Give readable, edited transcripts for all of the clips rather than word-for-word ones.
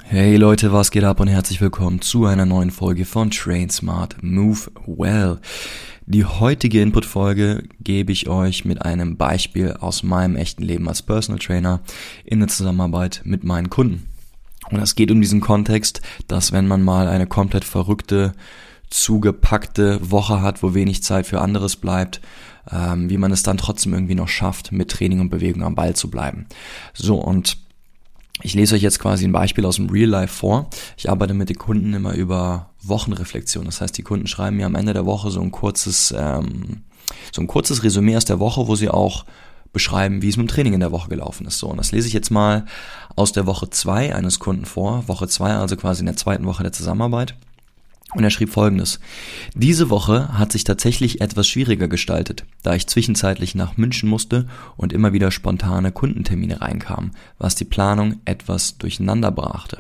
Hey Leute, was geht ab und herzlich willkommen zu einer neuen Folge von Train Smart, Move Well. Die heutige Input-Folge gebe ich euch mit einem Beispiel aus meinem echten Leben als Personal Trainer in der Zusammenarbeit mit meinen Kunden. Und es geht um diesen Kontext, dass wenn man mal eine komplett verrückte, zugepackte Woche hat, wo wenig Zeit für anderes bleibt, wie man es dann trotzdem irgendwie noch schafft, mit Training und Bewegung am Ball zu bleiben. So, und ich lese euch jetzt quasi ein Beispiel aus dem Real Life vor. Ich arbeite mit den Kunden immer über Wochenreflexion. Das heißt, die Kunden schreiben mir am Ende der Woche so ein kurzes Resümee aus der Woche, wo sie auch beschreiben, wie es mit dem Training in der Woche gelaufen ist. So, und das lese ich jetzt mal aus der Woche 2 eines Kunden vor. Woche 2, also quasi in der zweiten Woche der Zusammenarbeit. Und er schrieb Folgendes: Diese Woche hat sich tatsächlich etwas schwieriger gestaltet, da ich zwischenzeitlich nach München musste und immer wieder spontane Kundentermine reinkamen, was die Planung etwas durcheinander brachte.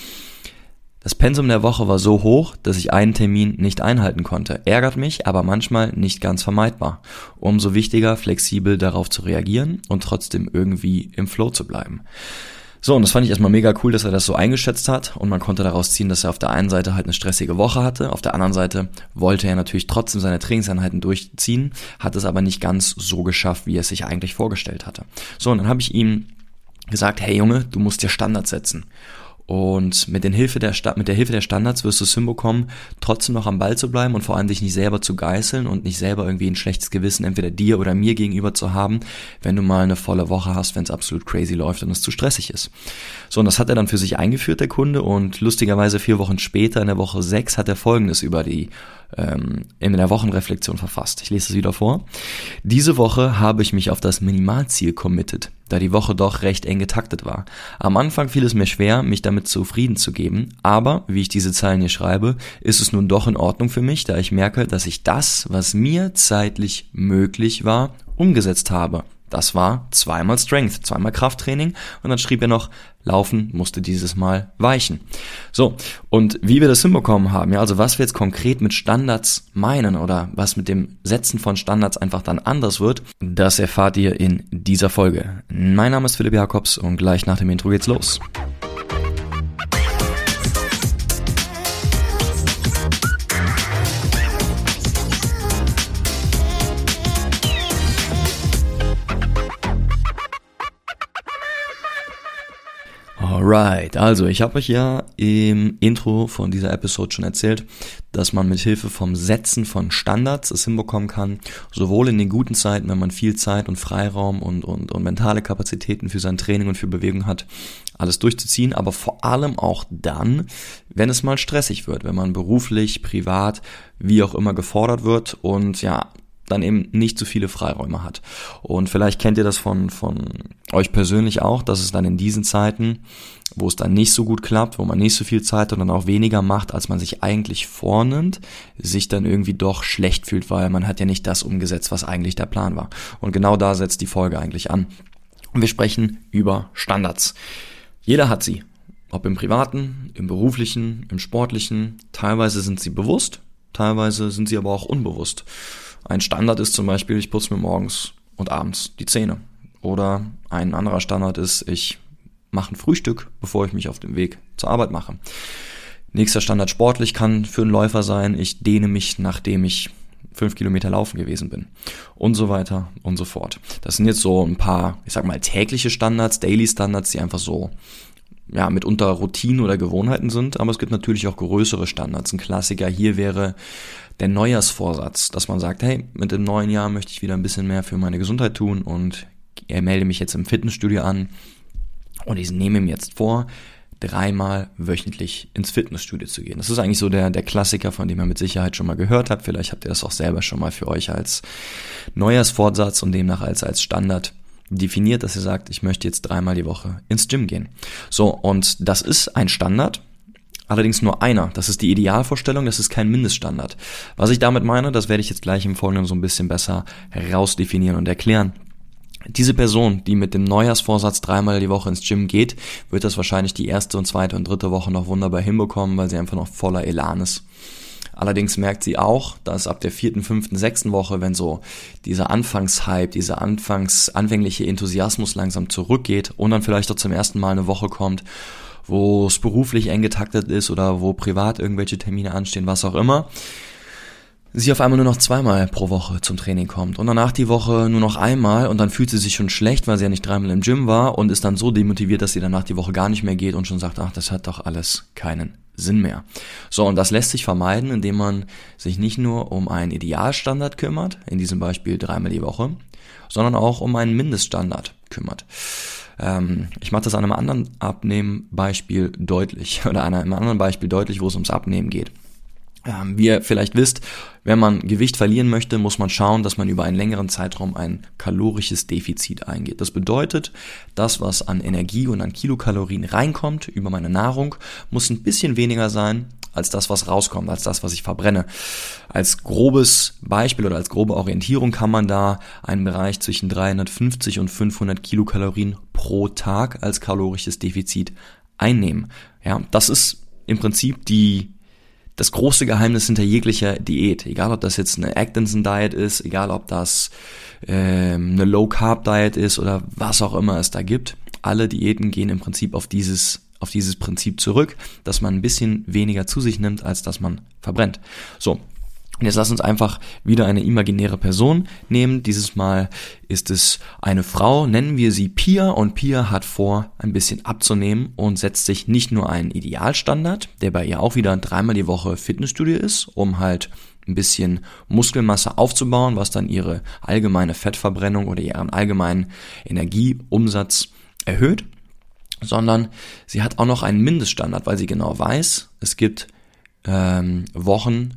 Das Pensum der Woche war so hoch, dass ich einen Termin nicht einhalten konnte. Ärgert mich, aber manchmal nicht ganz vermeidbar. Umso wichtiger, flexibel darauf zu reagieren und trotzdem irgendwie im Flow zu bleiben. So, und das fand ich erstmal mega cool, dass er das so eingeschätzt hat und man konnte daraus ziehen, dass er auf der einen Seite halt eine stressige Woche hatte, auf der anderen Seite wollte er natürlich trotzdem seine Trainingseinheiten durchziehen, hat es aber nicht ganz so geschafft, wie er es sich eigentlich vorgestellt hatte. So, und dann habe ich ihm gesagt, hey Junge, du musst dir Standards setzen. Und mit der Hilfe der Standards wirst du es hinbekommen, trotzdem noch am Ball zu bleiben und vor allem dich nicht selber zu geißeln und nicht selber irgendwie ein schlechtes Gewissen entweder dir oder mir gegenüber zu haben, wenn du mal eine volle Woche hast, wenn es absolut crazy läuft und es zu stressig ist. So, und das hat er dann für sich eingeführt, der Kunde, und lustigerweise 4 Wochen später, in der Woche 6, hat er Folgendes in der Wochenreflexion verfasst. Ich lese es wieder vor. Diese Woche habe ich mich auf das Minimalziel committed, da die Woche doch recht eng getaktet war. Am Anfang fiel es mir schwer, mich damit zufrieden zu geben, aber, wie ich diese Zeilen hier schreibe, ist es nun doch in Ordnung für mich, da ich merke, dass ich das, was mir zeitlich möglich war, umgesetzt habe. Das war 2-mal Strength, 2-mal Krafttraining, und dann schrieb er noch, Laufen musste dieses Mal weichen. So, und wie wir das hinbekommen haben, ja, also was wir jetzt konkret mit Standards meinen oder was mit dem Setzen von Standards einfach dann anders wird, das erfahrt ihr in dieser Folge. Mein Name ist Philipp Jakobs und gleich nach dem Intro geht's los. Alright, also ich habe euch ja im Intro von dieser Episode schon erzählt, dass man mit Hilfe vom Setzen von Standards es hinbekommen kann, sowohl in den guten Zeiten, wenn man viel Zeit und Freiraum und mentale Kapazitäten für sein Training und für Bewegung hat, alles durchzuziehen, aber vor allem auch dann, wenn es mal stressig wird, wenn man beruflich, privat, wie auch immer gefordert wird und ja, dann eben nicht so viele Freiräume hat. Und vielleicht kennt ihr das von euch persönlich auch, dass es dann in diesen Zeiten, wo es dann nicht so gut klappt, wo man nicht so viel Zeit und dann auch weniger macht, als man sich eigentlich vornimmt, sich dann irgendwie doch schlecht fühlt, weil man hat ja nicht das umgesetzt, was eigentlich der Plan war. Und genau da setzt die Folge eigentlich an. Und wir sprechen über Standards. Jeder hat sie. Ob im Privaten, im Beruflichen, im Sportlichen. Teilweise sind sie bewusst, teilweise sind sie aber auch unbewusst. Ein Standard ist zum Beispiel, ich putze mir morgens und abends die Zähne. Oder ein anderer Standard ist, ich mache ein Frühstück, bevor ich mich auf den Weg zur Arbeit mache. Nächster Standard sportlich kann für einen Läufer sein, ich dehne mich, nachdem ich 5 Kilometer laufen gewesen bin. Und so weiter und so fort. Das sind jetzt so ein paar, ich sag mal, tägliche Standards, Daily Standards, die einfach so ja mitunter Routinen oder Gewohnheiten sind. Aber es gibt natürlich auch größere Standards. Ein Klassiker hier wäre der Neujahrsvorsatz, dass man sagt, hey, mit dem neuen Jahr möchte ich wieder ein bisschen mehr für meine Gesundheit tun und melde mich jetzt im Fitnessstudio an und ich nehme mir jetzt vor, 3-mal wöchentlich ins Fitnessstudio zu gehen. Das ist eigentlich so der Klassiker, von dem ihr mit Sicherheit schon mal gehört habt. Vielleicht habt ihr das auch selber schon mal für euch als Neujahrsvorsatz und demnach als Standard definiert, dass ihr sagt, ich möchte jetzt 3-mal die Woche ins Gym gehen. So, und das ist ein Standard, allerdings nur einer. Das ist die Idealvorstellung, das ist kein Mindeststandard. Was ich damit meine, das werde ich jetzt gleich im Folgenden so ein bisschen besser herausdefinieren und erklären. Diese Person, die mit dem Neujahrsvorsatz 3-mal die Woche ins Gym geht, wird das wahrscheinlich die erste und zweite und dritte Woche noch wunderbar hinbekommen, weil sie einfach noch voller Elan ist. Allerdings merkt sie auch, dass ab der 4., 5., 6. Woche, wenn so dieser Anfangshype, dieser anfängliche Enthusiasmus langsam zurückgeht und dann vielleicht auch zum ersten Mal eine Woche kommt, wo es beruflich eng getaktet ist oder wo privat irgendwelche Termine anstehen, was auch immer, sie auf einmal nur noch 2-mal pro Woche zum Training kommt und danach die Woche nur noch einmal und dann fühlt sie sich schon schlecht, weil sie ja nicht 3-mal im Gym war und ist dann so demotiviert, dass sie danach die Woche gar nicht mehr geht und schon sagt, ach, das hat doch alles keinen Sinn mehr. So, und das lässt sich vermeiden, indem man sich nicht nur um einen Idealstandard kümmert, in diesem Beispiel 3-mal die Woche, sondern auch um einen Mindeststandard kümmert. Ich mache das an einem anderen Abnehmen-Beispiel deutlich, oder an einem anderen Beispiel deutlich, wo es ums Abnehmen geht. Wie ihr vielleicht wisst, wenn man Gewicht verlieren möchte, muss man schauen, dass man über einen längeren Zeitraum ein kalorisches Defizit eingeht. Das bedeutet, das, was an Energie und an Kilokalorien reinkommt über meine Nahrung, muss ein bisschen weniger sein als das, was rauskommt, als das, was ich verbrenne. Als grobes Beispiel oder als grobe Orientierung kann man da einen Bereich zwischen 350 und 500 Kilokalorien pro Tag als kalorisches Defizit einnehmen. Ja, das ist im Prinzip das große Geheimnis hinter jeglicher Diät, egal ob das jetzt eine Atkinson-Diet ist, egal ob das eine Low-Carb-Diet ist oder was auch immer es da gibt. Alle Diäten gehen im Prinzip auf dieses Prinzip zurück, dass man ein bisschen weniger zu sich nimmt, als dass man verbrennt. So. Und jetzt lass uns einfach wieder eine imaginäre Person nehmen. Dieses Mal ist es eine Frau, nennen wir sie Pia. Und Pia hat vor, ein bisschen abzunehmen und setzt sich nicht nur einen Idealstandard, der bei ihr auch wieder 3-mal die Woche Fitnessstudio ist, um halt ein bisschen Muskelmasse aufzubauen, was dann ihre allgemeine Fettverbrennung oder ihren allgemeinen Energieumsatz erhöht, sondern sie hat auch noch einen Mindeststandard, weil sie genau weiß, es gibt Wochen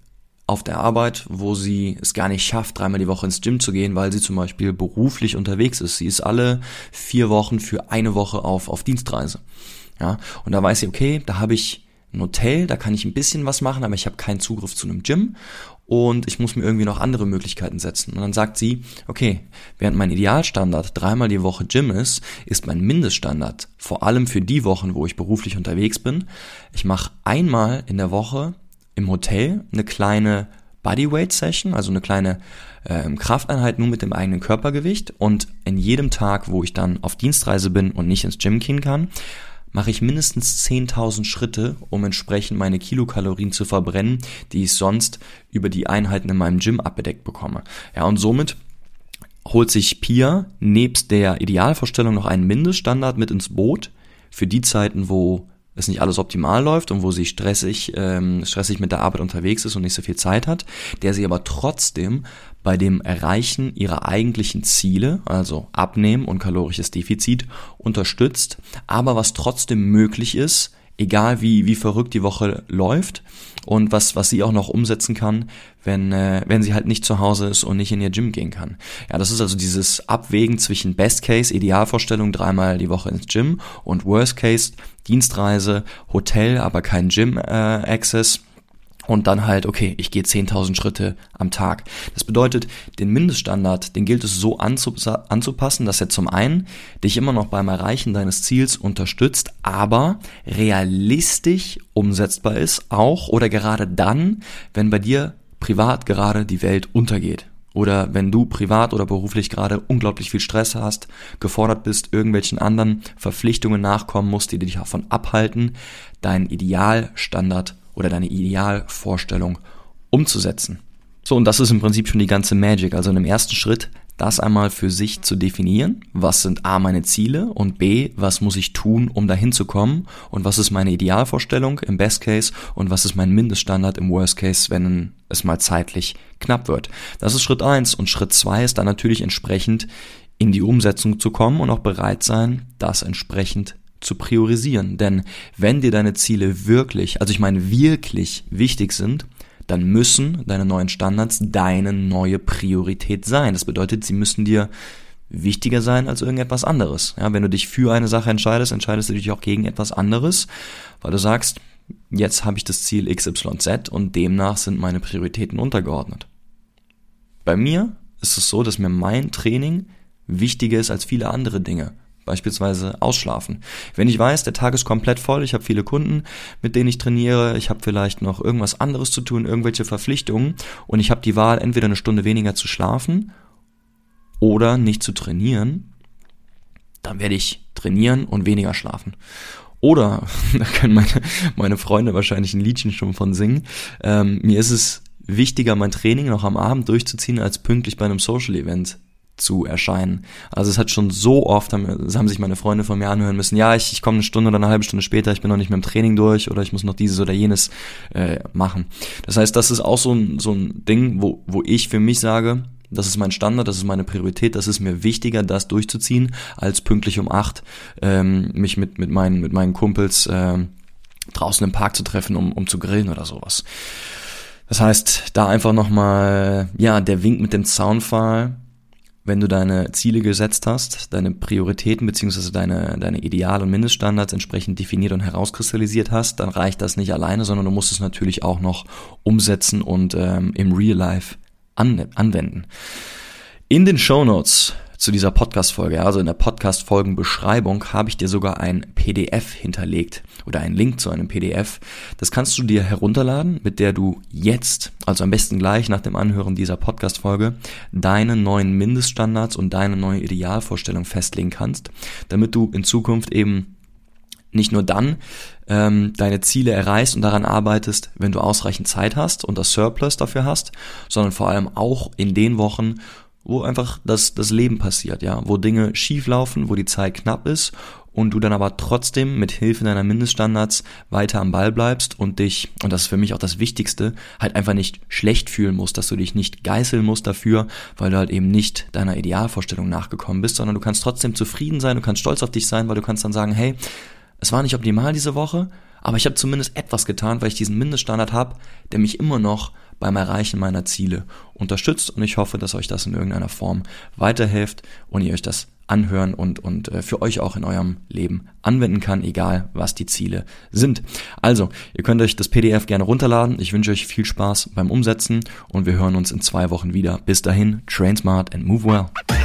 auf der Arbeit, wo sie es gar nicht schafft, 3-mal die Woche ins Gym zu gehen, weil sie zum Beispiel beruflich unterwegs ist. Sie ist alle 4 Wochen für eine Woche auf Dienstreise. Ja, und da weiß sie, okay, da habe ich ein Hotel, da kann ich ein bisschen was machen, aber ich habe keinen Zugriff zu einem Gym und ich muss mir irgendwie noch andere Möglichkeiten setzen. Und dann sagt sie, okay, während mein Idealstandard 3-mal die Woche Gym ist mein Mindeststandard, vor allem für die Wochen, wo ich beruflich unterwegs bin, ich mache einmal in der Woche im Hotel eine kleine Bodyweight-Session, also eine kleine Krafteinheit nur mit dem eigenen Körpergewicht und in jedem Tag, wo ich dann auf Dienstreise bin und nicht ins Gym gehen kann, mache ich mindestens 10.000 Schritte, um entsprechend meine Kilokalorien zu verbrennen, die ich sonst über die Einheiten in meinem Gym abgedeckt bekomme. Ja, und somit holt sich Pia nebst der Idealvorstellung noch einen Mindeststandard mit ins Boot für die Zeiten, wo es nicht alles optimal läuft und wo sie stressig mit der Arbeit unterwegs ist und nicht so viel Zeit hat, der sie aber trotzdem bei dem Erreichen ihrer eigentlichen Ziele, also Abnehmen und kalorisches Defizit, unterstützt, aber was trotzdem möglich ist, egal wie verrückt die Woche läuft und was sie auch noch umsetzen kann, wenn sie halt nicht zu Hause ist und nicht in ihr Gym gehen kann. Ja, das ist also dieses Abwägen zwischen Best Case, Idealvorstellung, 3-mal die Woche ins Gym und Worst Case, Dienstreise, Hotel, aber kein Gym-Access. Und dann halt, okay, ich gehe 10.000 Schritte am Tag. Das bedeutet, den Mindeststandard, den gilt es so anzupassen, dass er zum einen dich immer noch beim Erreichen deines Ziels unterstützt, aber realistisch umsetzbar ist, auch oder gerade dann, wenn bei dir privat gerade die Welt untergeht. Oder wenn du privat oder beruflich gerade unglaublich viel Stress hast, gefordert bist, irgendwelchen anderen Verpflichtungen nachkommen musst, die dich davon abhalten, deinen Idealstandard oder deine Idealvorstellung umzusetzen. So, und das ist im Prinzip schon die ganze Magic. Also in dem ersten Schritt, das einmal für sich zu definieren. Was sind A, meine Ziele und B, was muss ich tun, um dahin zu kommen? Und was ist meine Idealvorstellung im Best Case und was ist mein Mindeststandard im Worst Case, wenn es mal zeitlich knapp wird? Das ist Schritt 1 und Schritt 2 ist dann natürlich entsprechend in die Umsetzung zu kommen und auch bereit sein, das entsprechend zu priorisieren. Denn wenn dir deine Ziele wirklich wichtig sind, dann müssen deine neuen Standards deine neue Priorität sein. Das bedeutet, sie müssen dir wichtiger sein als irgendetwas anderes. Ja, wenn du dich für eine Sache entscheidest du dich auch gegen etwas anderes, weil du sagst, jetzt habe ich das Ziel XYZ und demnach sind meine Prioritäten untergeordnet. Bei mir ist es so, dass mir mein Training wichtiger ist als viele andere Dinge. Beispielsweise ausschlafen. Wenn ich weiß, der Tag ist komplett voll, ich habe viele Kunden, mit denen ich trainiere, ich habe vielleicht noch irgendwas anderes zu tun, irgendwelche Verpflichtungen und ich habe die Wahl, entweder eine Stunde weniger zu schlafen oder nicht zu trainieren, dann werde ich trainieren und weniger schlafen. Oder, da können meine Freunde wahrscheinlich ein Liedchen schon von singen, mir ist es wichtiger, mein Training noch am Abend durchzuziehen, als pünktlich bei einem Social-Event zu erscheinen. Also es hat schon so oft, haben sich meine Freunde von mir anhören müssen, ja, ich komme eine Stunde oder eine halbe Stunde später, ich bin noch nicht mit dem Training durch oder ich muss noch dieses oder jenes machen. Das heißt, das ist auch so ein Ding, wo ich für mich sage, das ist mein Standard, das ist meine Priorität, das ist mir wichtiger, das durchzuziehen, als pünktlich um 8 mich mit meinen Kumpels draußen im Park zu treffen, um zu grillen oder sowas. Das heißt, da einfach nochmal, der Wink mit dem Zaunpfahl: Wenn du deine Ziele gesetzt hast, deine Prioritäten bzw. deine Ideal- und Mindeststandards entsprechend definiert und herauskristallisiert hast, dann reicht das nicht alleine, sondern du musst es natürlich auch noch umsetzen und im Real Life anwenden. In den Shownotes zu dieser Podcast-Folge, also in der Podcast-Folgen-Beschreibung, habe ich dir sogar ein PDF hinterlegt oder einen Link zu einem PDF. Das kannst du dir herunterladen, mit der du jetzt, also am besten gleich nach dem Anhören dieser Podcast-Folge, deine neuen Mindeststandards und deine neue Idealvorstellung festlegen kannst, damit du in Zukunft eben nicht nur dann deine Ziele erreichst und daran arbeitest, wenn du ausreichend Zeit hast und das Surplus dafür hast, sondern vor allem auch in den Wochen, wo einfach das Leben passiert, ja, wo Dinge schief laufen, wo die Zeit knapp ist und du dann aber trotzdem mit Hilfe deiner Mindeststandards weiter am Ball bleibst und dich, und das ist für mich auch das Wichtigste, halt einfach nicht schlecht fühlen musst, dass du dich nicht geißeln musst dafür, weil du halt eben nicht deiner Idealvorstellung nachgekommen bist, sondern du kannst trotzdem zufrieden sein, du kannst stolz auf dich sein, weil du kannst dann sagen, hey, es war nicht optimal diese Woche, aber ich habe zumindest etwas getan, weil ich diesen Mindeststandard habe, der mich immer noch beim Erreichen meiner Ziele unterstützt, und ich hoffe, dass euch das in irgendeiner Form weiterhilft und ihr euch das anhören und für euch auch in eurem Leben anwenden kann, egal was die Ziele sind. Also, ihr könnt euch das PDF gerne runterladen. Ich wünsche euch viel Spaß beim Umsetzen und wir hören uns in 2 Wochen wieder. Bis dahin, train smart and move well.